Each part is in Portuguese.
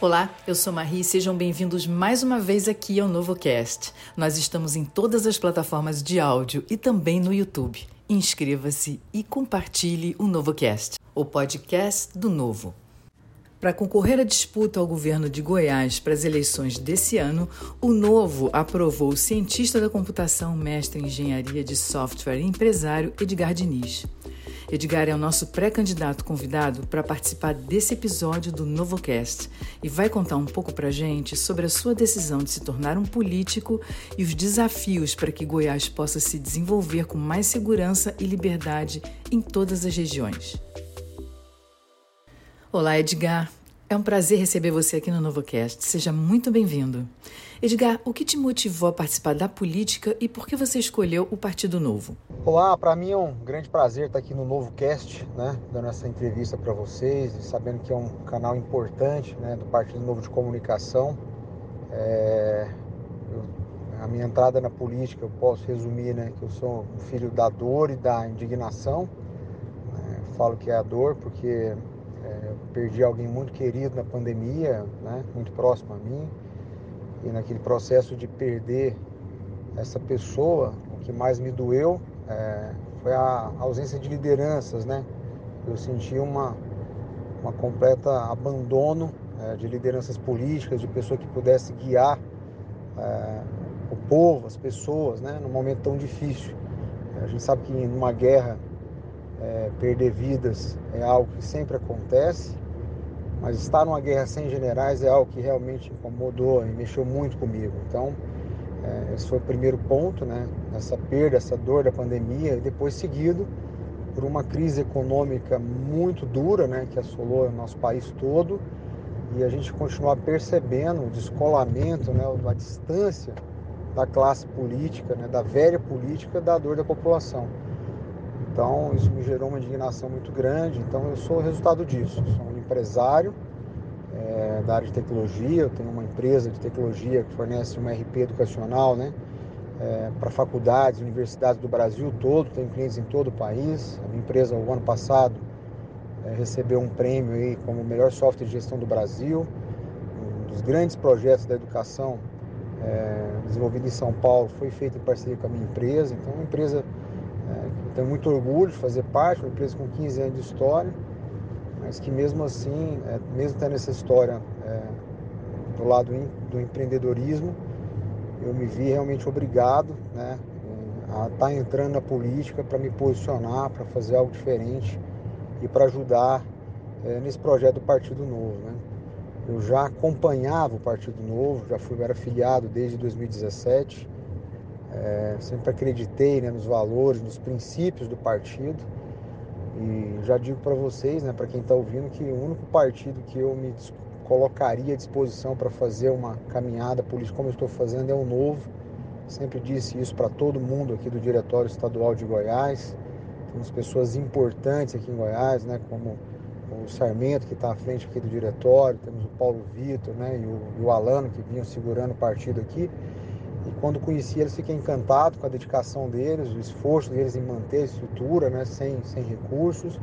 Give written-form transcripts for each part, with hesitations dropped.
Olá, eu sou Marie e sejam bem-vindos mais uma vez aqui ao NovoCast. Nós estamos em todas as plataformas de áudio e também no YouTube. Inscreva-se e compartilhe o NovoCast, o podcast do Novo. Para concorrer à disputa ao governo de Goiás para as eleições desse ano, o Novo aprovou o cientista da computação, mestre em engenharia de software e empresário Edgar Diniz. Edgar é o nosso pré-candidato convidado para participar desse episódio do NovoCast e vai contar um pouco para a gente sobre a sua decisão de se tornar um político e os desafios para que Goiás possa se desenvolver com mais segurança e liberdade em todas as regiões. Olá, Edgar. É um prazer receber você aqui no NovoCast. Seja muito bem-vindo. Edgar, o que te motivou a participar da política e por que você escolheu o Partido Novo? Olá, para mim é um grande prazer estar aqui no NovoCast, dando essa entrevista para vocês, sabendo que é um canal importante, do Partido Novo de Comunicação. A minha entrada na política, eu posso resumir, que eu sou um filho da dor e da indignação. Falo que é a dor porque eu perdi alguém muito querido na pandemia, muito próximo a mim. E naquele processo de perder essa pessoa, o que mais me doeu foi a ausência de lideranças, Eu senti uma completa abandono de lideranças políticas, de pessoa que pudesse guiar o povo, as pessoas, num momento tão difícil. A gente sabe que numa guerra perder vidas é algo que sempre acontece, mas estar numa guerra sem generais é algo que realmente incomodou e mexeu muito comigo. Então, esse foi o primeiro ponto, essa perda, essa dor da pandemia, e depois seguido por uma crise econômica muito dura, que assolou o nosso país todo, e a gente continuar percebendo o descolamento, a distância da classe política, da velha política, da dor da população. Então, isso me gerou uma indignação muito grande. Então, eu sou o resultado disso. Eu sou um empresário da área de tecnologia. Eu tenho uma empresa de tecnologia que fornece um RP educacional, para faculdades, universidades do Brasil todo. Tenho clientes em todo o país. A minha empresa, o ano passado, recebeu um prêmio aí como o melhor software de gestão do Brasil. Um dos grandes projetos da educação desenvolvido em São Paulo foi feito em parceria com a minha empresa. Então, é uma empresa eu tenho muito orgulho de fazer parte, uma empresa com 15 anos de história, mas que mesmo assim, mesmo tendo essa história do lado do empreendedorismo, eu me vi realmente obrigado a estar entrando na política para me posicionar, para fazer algo diferente e para ajudar nesse projeto do Partido Novo. Eu já acompanhava o Partido Novo, era filiado desde 2017, sempre acreditei nos valores, nos princípios do partido, e já digo para vocês, para quem está ouvindo, que o único partido que eu me colocaria à disposição para fazer uma caminhada política como eu estou fazendo é o Novo. Sempre disse isso para todo mundo aqui do Diretório Estadual de Goiás. Temos pessoas importantes aqui em Goiás, como o Sarmento, que está à frente aqui do diretório, temos o Paulo Vitor, e o Alano, que vinham segurando o partido aqui. E quando conheci eles, fiquei encantado com a dedicação deles, o esforço deles em manter a estrutura, sem recursos.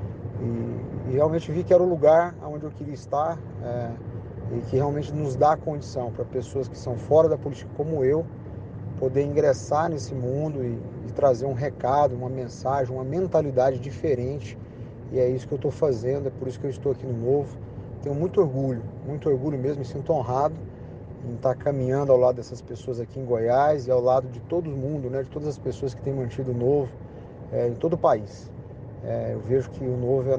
E realmente vi que era o lugar onde eu queria estar, e que realmente nos dá condição para pessoas que são fora da política como eu, poder ingressar nesse mundo e trazer um recado, uma mensagem, uma mentalidade diferente. E é isso que eu estou fazendo, é por isso que eu estou aqui no Novo. Tenho muito orgulho mesmo, me sinto honrado em estar caminhando ao lado dessas pessoas aqui em Goiás e ao lado de todo mundo, de todas as pessoas que têm mantido o Novo em todo o país. Eu vejo que o Novo é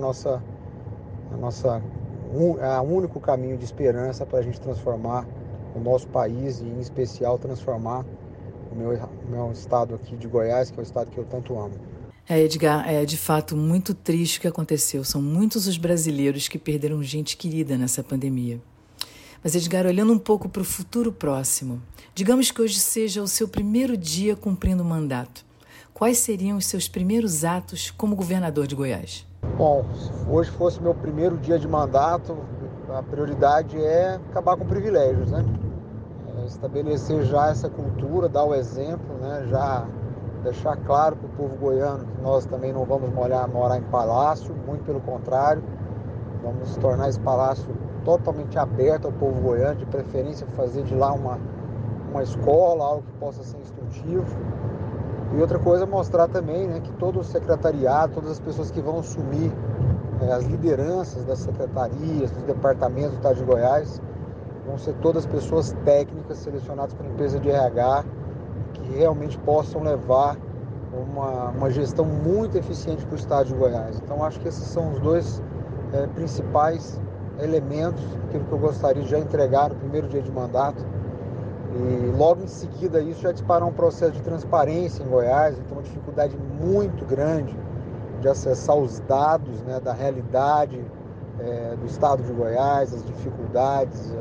o único caminho de esperança para a gente transformar o nosso país e, em especial, transformar o meu estado aqui de Goiás, que é o estado que eu tanto amo. Edgar, é de fato muito triste o que aconteceu. São muitos os brasileiros que perderam gente querida nessa pandemia. Mas, Edgar, olhando um pouco para o futuro próximo, digamos que hoje seja o seu primeiro dia cumprindo o mandato. Quais seriam os seus primeiros atos como governador de Goiás? Bom, se hoje fosse meu primeiro dia de mandato, a prioridade é acabar com privilégios, estabelecer já essa cultura, dar o exemplo, já deixar claro para o povo goiano que nós também não vamos morar em palácio, muito pelo contrário, vamos tornar esse palácio totalmente aberto ao povo goiano, de preferência fazer de lá uma escola, algo que possa ser instrutivo. E outra coisa é mostrar também, né, que todo o secretariado, todas as pessoas que vão assumir as lideranças das secretarias, dos departamentos do Estado de Goiás, vão ser todas pessoas técnicas selecionadas pela empresa de RH, que realmente possam levar uma gestão muito eficiente para o Estado de Goiás. Então, acho que esses são os dois principais elementos, aquilo que eu gostaria de já entregar no primeiro dia de mandato. E logo em seguida isso já disparar um processo de transparência em Goiás, então uma dificuldade muito grande de acessar os dados, né, da realidade do Estado de Goiás, as dificuldades,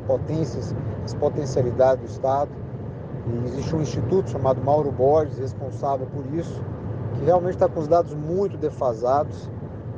as potencialidades do Estado. E existe um instituto chamado Mauro Borges, responsável por isso, que realmente está com os dados muito defasados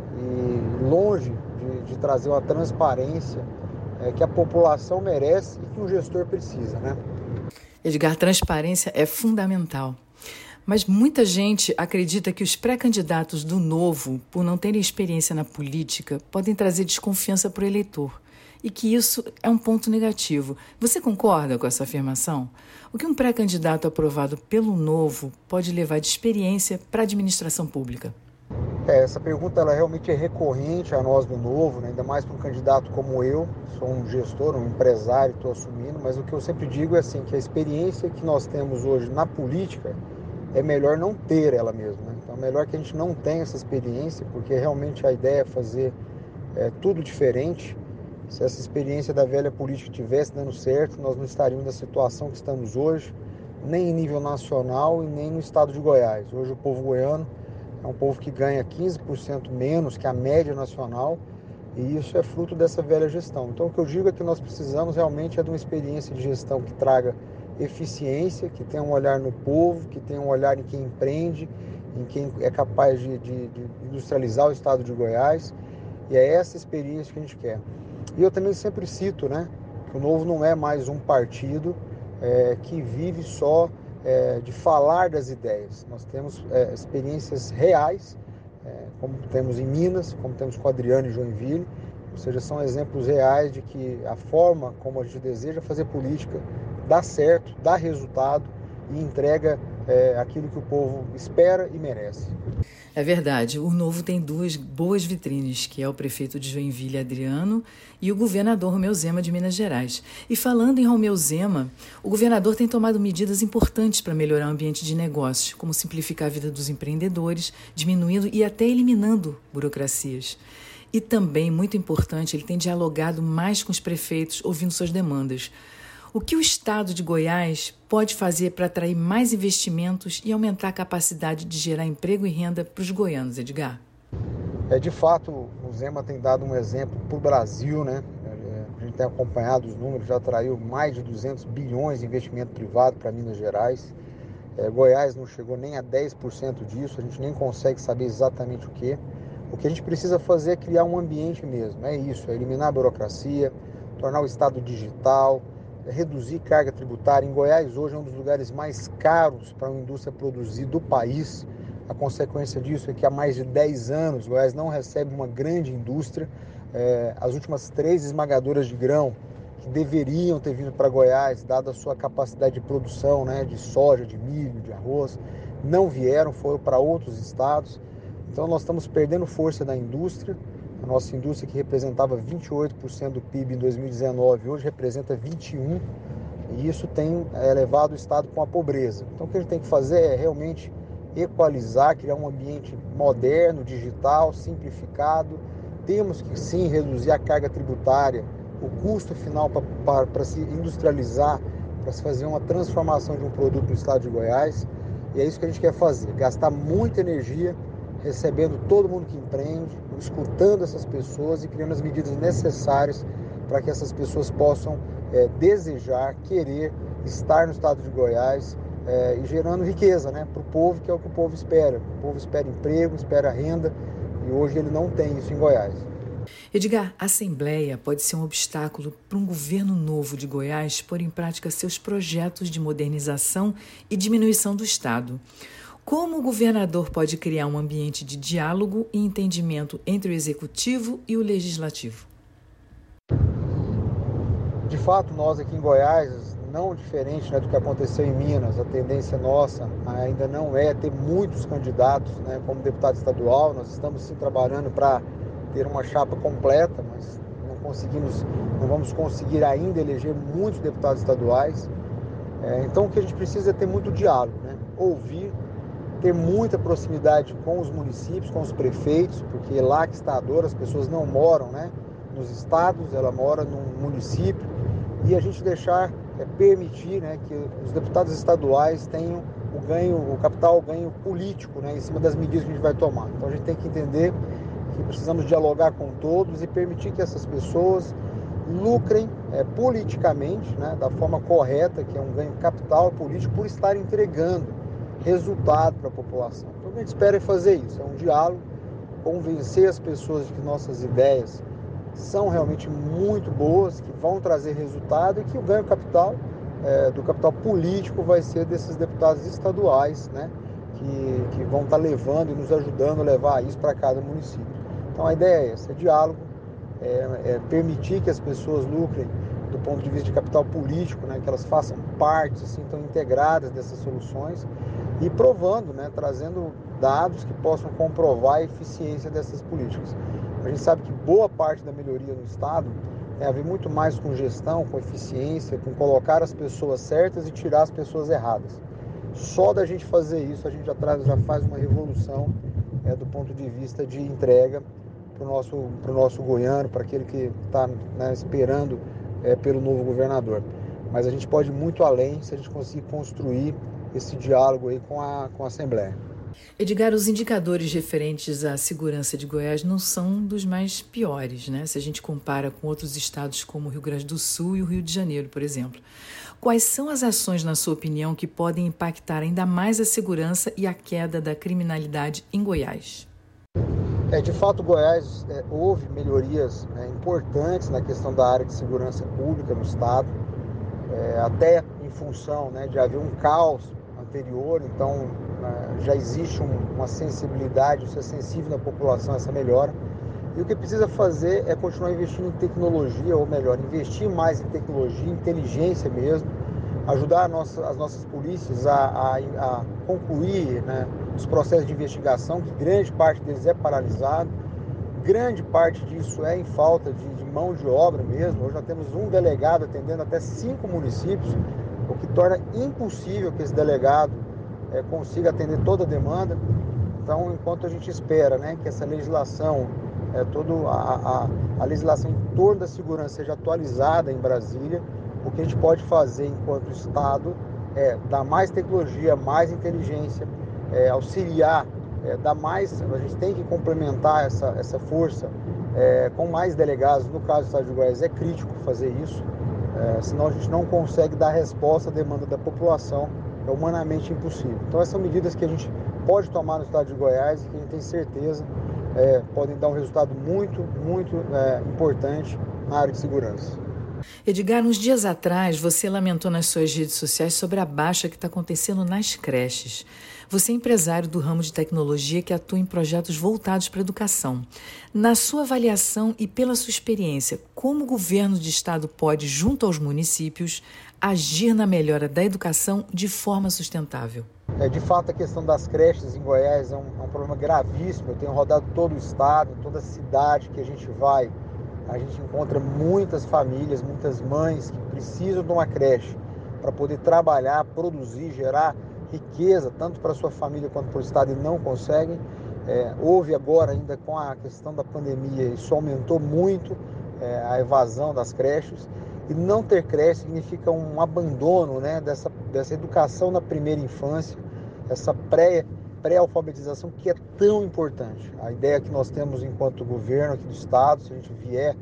e longe de trazer uma transparência que a população merece e que o gestor precisa, né? Edgar, transparência é fundamental. Mas muita gente acredita que os pré-candidatos do Novo, por não terem experiência na política, podem trazer desconfiança para o eleitor. E que isso é um ponto negativo. Você concorda com essa afirmação? O que um pré-candidato aprovado pelo Novo pode levar de experiência para a administração pública? Essa pergunta ela realmente é recorrente a nós do Novo, né? Ainda mais para um candidato como eu, sou um gestor, um empresário, estou assumindo, mas o que eu sempre digo é assim, que a experiência que nós temos hoje na política é melhor não ter ela mesmo, né? Então é melhor que a gente não tenha essa experiência, porque realmente a ideia é fazer tudo diferente. Se essa experiência da velha política estivesse dando certo, nós não estaríamos na situação que estamos hoje, nem em nível nacional e nem no estado de Goiás. Hoje o povo goiano é um povo que ganha 15% menos que a média nacional e isso é fruto dessa velha gestão. Então o que eu digo é que nós precisamos realmente de uma experiência de gestão que traga eficiência, que tenha um olhar no povo, que tenha um olhar em quem empreende, em quem é capaz de industrializar o estado de Goiás, e é essa experiência que a gente quer. E eu também sempre cito, né, que o Novo não é mais um partido que vive só de falar das ideias. Nós temos experiências reais, como temos em Minas, como temos com Adriano e Joinville, ou seja, são exemplos reais de que a forma como a gente deseja fazer política dá certo, dá resultado e entrega aquilo que o povo espera e merece. É verdade, o Novo tem duas boas vitrines, que é o prefeito de Joinville, Adriano, e o governador Romeu Zema, de Minas Gerais. E falando em Romeu Zema, o governador tem tomado medidas importantes para melhorar o ambiente de negócios, como simplificar a vida dos empreendedores, diminuindo e até eliminando burocracias. E também, muito importante, ele tem dialogado mais com os prefeitos, ouvindo suas demandas. O que o estado de Goiás pode fazer para atrair mais investimentos e aumentar a capacidade de gerar emprego e renda para os goianos, Edgar? De fato, o Zema tem dado um exemplo para o Brasil, né? A gente tem acompanhado os números, já atraiu mais de 200 bilhões de investimento privado para Minas Gerais. Goiás não chegou nem a 10% disso, a gente nem consegue saber exatamente o que. O que a gente precisa fazer é criar um ambiente mesmo, é isso, é eliminar a burocracia, tornar o estado digital, reduzir carga tributária. Em Goiás hoje é um dos lugares mais caros para uma indústria produzir do país. A consequência disso é que há mais de 10 anos Goiás não recebe uma grande indústria. As últimas 3 esmagadoras de grão que deveriam ter vindo para Goiás, dada a sua capacidade de produção, né, de soja, de milho, de arroz, não vieram, foram para outros estados. Então nós estamos perdendo força da indústria. A nossa indústria, que representava 28% do PIB em 2019, hoje representa 21%, e isso tem levado o estado para uma pobreza. Então o que a gente tem que fazer é realmente equalizar, criar um ambiente moderno, digital, simplificado. Temos que sim reduzir a carga tributária, o custo final para se industrializar, para se fazer uma transformação de um produto no estado de Goiás. E é isso que a gente quer fazer, gastar muita energia recebendo todo mundo que empreende, escutando essas pessoas e criando as medidas necessárias para que essas pessoas possam desejar, querer estar no estado de Goiás e gerando riqueza, né, para o povo, que é o que o povo espera. O povo espera emprego, espera renda, e hoje ele não tem isso em Goiás. Edgar, a Assembleia pode ser um obstáculo para um governo novo de Goiás pôr em prática seus projetos de modernização e diminuição do Estado. Como o governador pode criar um ambiente de diálogo e entendimento entre o Executivo e o Legislativo? fato, nós aqui em Goiás, não diferente, né, do que aconteceu em Minas, a tendência nossa ainda não é ter muitos candidatos, né, como deputado estadual. Nós estamos sim trabalhando para ter uma chapa completa, mas não vamos conseguir ainda eleger muitos deputados estaduais. Então o que a gente precisa é ter muito diálogo, né? Ouvir, ter muita proximidade com os municípios, com os prefeitos, porque é lá que está a dor, as pessoas não moram, né, nos estados, ela mora num município, e a gente permitir, né, que os deputados estaduais tenham o capital ganho político, né, em cima das medidas que a gente vai tomar. Então a gente tem que entender que precisamos dialogar com todos e permitir que essas pessoas lucrem politicamente, né, da forma correta, que é um ganho capital político, por estar entregando resultado para a população. Então o que a gente espera é fazer isso, é um diálogo, convencer as pessoas de que nossas ideias são realmente muito boas, que vão trazer resultado e que o ganho capital, do capital político, vai ser desses deputados estaduais, né, que vão estar levando e nos ajudando a levar isso para cada município. Então a ideia é essa, é diálogo, permitir que as pessoas lucrem do ponto de vista de capital político, né, que elas façam parte, assim, tão integradas dessas soluções e provando, né, trazendo dados que possam comprovar a eficiência dessas políticas. A gente sabe que boa parte da melhoria no Estado tem a ver muito mais com gestão, com eficiência, com colocar as pessoas certas e tirar as pessoas erradas. Só da gente fazer isso, a gente já faz uma revolução do ponto de vista de entrega para o nosso goiano, para aquele que está, né, esperando pelo novo governador. Mas a gente pode ir muito além se a gente conseguir construir esse diálogo aí com a Assembleia. Edgar, os indicadores referentes à segurança de Goiás não são dos mais piores, né? Se a gente compara com outros estados como o Rio Grande do Sul e o Rio de Janeiro, por exemplo. Quais são as ações, na sua opinião, que podem impactar ainda mais a segurança e a queda da criminalidade em Goiás? De fato, Goiás houve melhorias importantes na questão da área de segurança pública no estado, até em função, né, de haver um caos anterior, então já existe uma sensibilidade, isso é sensível na população, essa melhora. E o que precisa fazer é continuar investindo em tecnologia, ou melhor, investir mais em tecnologia, inteligência mesmo, ajudar as nossas polícias a concluir, né, os processos de investigação, que grande parte deles é paralisado. Grande parte disso é em falta de mão de obra mesmo. Hoje nós temos um delegado atendendo até 5 municípios, o que torna impossível que esse delegado consiga atender toda a demanda. Então, enquanto a gente espera, né, que essa legislação, toda a legislação em torno da segurança seja atualizada em Brasília, o que a gente pode fazer enquanto Estado é dar mais tecnologia, mais inteligência, auxiliar, dar mais. A gente tem que complementar essa força com mais delegados. No caso do Estado de Goiás é crítico fazer isso, senão a gente não consegue dar resposta à demanda da população, é humanamente impossível. Então essas são medidas que a gente pode tomar no Estado de Goiás e que a gente tem certeza podem dar um resultado muito, muito importante na área de segurança. Edgar, uns dias atrás, você lamentou nas suas redes sociais sobre a baixa que está acontecendo nas creches. Você é empresário do ramo de tecnologia que atua em projetos voltados para a educação. Na sua avaliação e pela sua experiência, como o governo de estado pode, junto aos municípios, agir na melhora da educação de forma sustentável? De fato, a questão das creches em Goiás é um problema gravíssimo. Eu tenho rodado todo o estado, toda a cidade que a gente vai. A gente encontra muitas famílias, muitas mães que precisam de uma creche para poder trabalhar, produzir, gerar riqueza, tanto para a sua família quanto para o estado, e não conseguem. Houve agora, ainda com a questão da pandemia, isso aumentou muito a evasão das creches. E não ter creche significa um abandono, né, dessa educação na primeira infância, essa pré-alfabetização que é tão importante. A ideia que nós temos enquanto governo aqui do estado, se a gente vier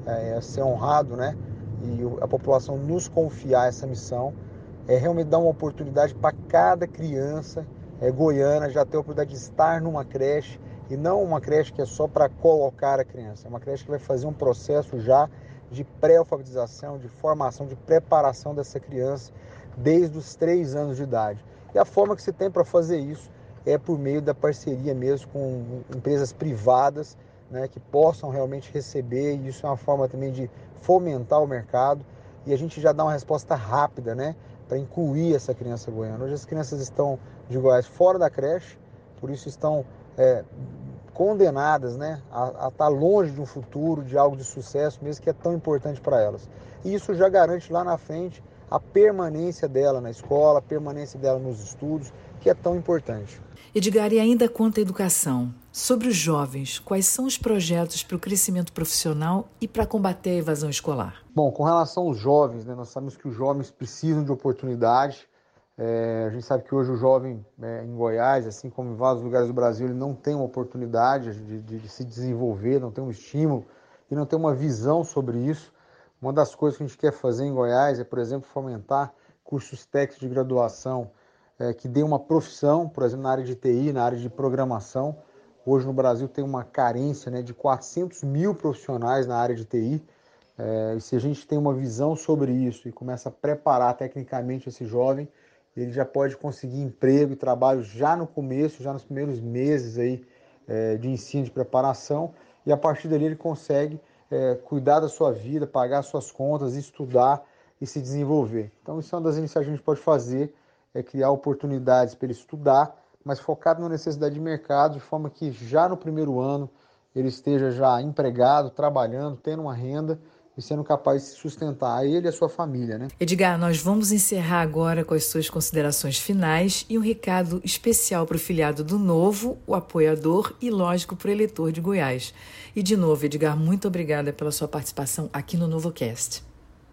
a ser honrado, né, e a população nos confiar essa missão, é realmente dar uma oportunidade para cada criança goiana já ter a oportunidade de estar numa creche, e não uma creche que é só para colocar a criança, é uma creche que vai fazer um processo já de pré-alfabetização, de formação, de preparação dessa criança desde os 3 anos de idade. E a forma que se tem para fazer isso é por meio da parceria mesmo com empresas privadas, né, que possam realmente receber, e isso é uma forma também de fomentar o mercado. e a gente já dá uma resposta rápida, né, para incluir essa criança goiana. Hoje as crianças estão de Goiás fora da creche, por isso estão condenadas, né, a estar longe de um futuro, de algo de sucesso mesmo, que é tão importante para elas. E isso já garante lá na frente a permanência dela na escola, a permanência dela nos estudos, que é tão importante. Edgar, e ainda quanto à educação, sobre os jovens, quais são os projetos para o crescimento profissional e para combater a evasão escolar? Bom, com relação aos jovens, né, nós sabemos que os jovens precisam de oportunidade. A gente sabe que hoje o jovem em Goiás, assim como em vários lugares do Brasil, ele não tem uma oportunidade de se desenvolver, não tem um estímulo e não tem uma visão sobre isso. Uma das coisas que a gente quer fazer em Goiás é, por exemplo, fomentar cursos técnicos de graduação que dê uma profissão, por exemplo, na área de TI, na área de programação. Hoje no Brasil tem uma carência, né, de 400 mil profissionais na área de TI. E se a gente tem uma visão sobre isso e começa a preparar tecnicamente esse jovem, ele já pode conseguir emprego e trabalho já no começo, já nos primeiros meses aí, de ensino, de preparação, e a partir dali ele consegue cuidar da sua vida, pagar suas contas, estudar e se desenvolver. Então isso é uma das iniciativas que a gente pode fazer, é criar oportunidades para ele estudar, mas focado na necessidade de mercado, de forma que já no primeiro ano ele esteja já empregado, trabalhando, tendo uma renda e sendo capaz de se sustentar, ele e a sua família, né? Edgar, nós vamos encerrar agora com as suas considerações finais e um recado especial para o filiado do Novo, o apoiador e, lógico, para o eleitor de Goiás. E, de novo, Edgar, muito obrigada pela sua participação aqui no NovoCast.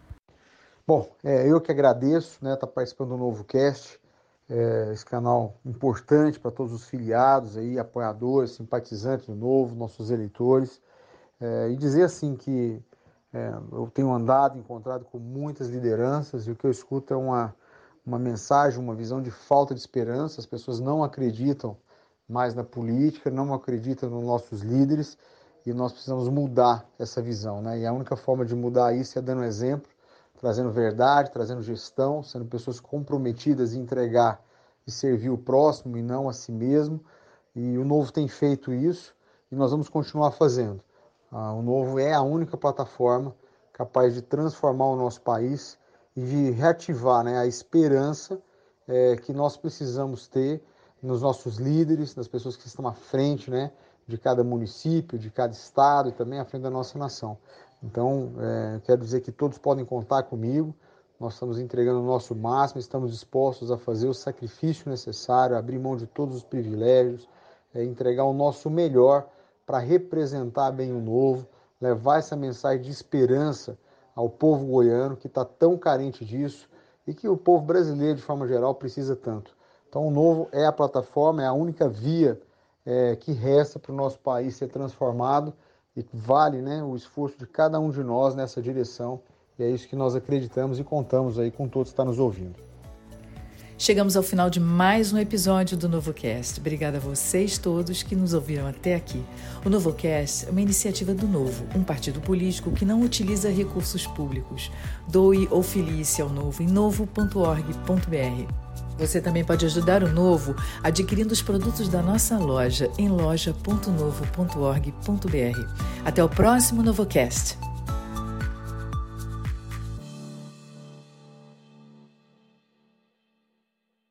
Bom, eu que agradeço, né, estar participando do NovoCast, esse canal importante para todos os filiados, aí, apoiadores, simpatizantes do Novo, nossos eleitores, e dizer assim que eu tenho andado, encontrado com muitas lideranças e o que eu escuto é uma mensagem, uma visão de falta de esperança. As pessoas não acreditam mais na política, não acreditam nos nossos líderes e nós precisamos mudar essa visão, né? E a única forma de mudar isso é dando exemplo, trazendo verdade, trazendo gestão, sendo pessoas comprometidas em entregar e servir o próximo e não a si mesmo. E o Novo tem feito isso e nós vamos continuar fazendo. O Novo é a única plataforma capaz de transformar o nosso país e de reativar, né, a esperança que nós precisamos ter nos nossos líderes, nas pessoas que estão à frente, né, de cada município, de cada estado e também à frente da nossa nação. Então, quero dizer que todos podem contar comigo, nós estamos entregando o nosso máximo, estamos dispostos a fazer o sacrifício necessário, abrir mão de todos os privilégios, entregar o nosso melhor para representar bem o Novo, levar essa mensagem de esperança ao povo goiano que está tão carente disso e que o povo brasileiro, de forma geral, precisa tanto. Então o Novo é a plataforma, é a única via que resta para o nosso país ser transformado e vale, né, o esforço de cada um de nós nessa direção e é isso que nós acreditamos e contamos aí com todos que estão nos ouvindo. Chegamos ao final de mais um episódio do NovoCast. Obrigada a vocês todos que nos ouviram até aqui. O NovoCast é uma iniciativa do Novo, um partido político que não utiliza recursos públicos. Doe ou filie-se ao Novo em novo.org.br. Você também pode ajudar o Novo adquirindo os produtos da nossa loja em loja.novo.org.br. Até o próximo NovoCast.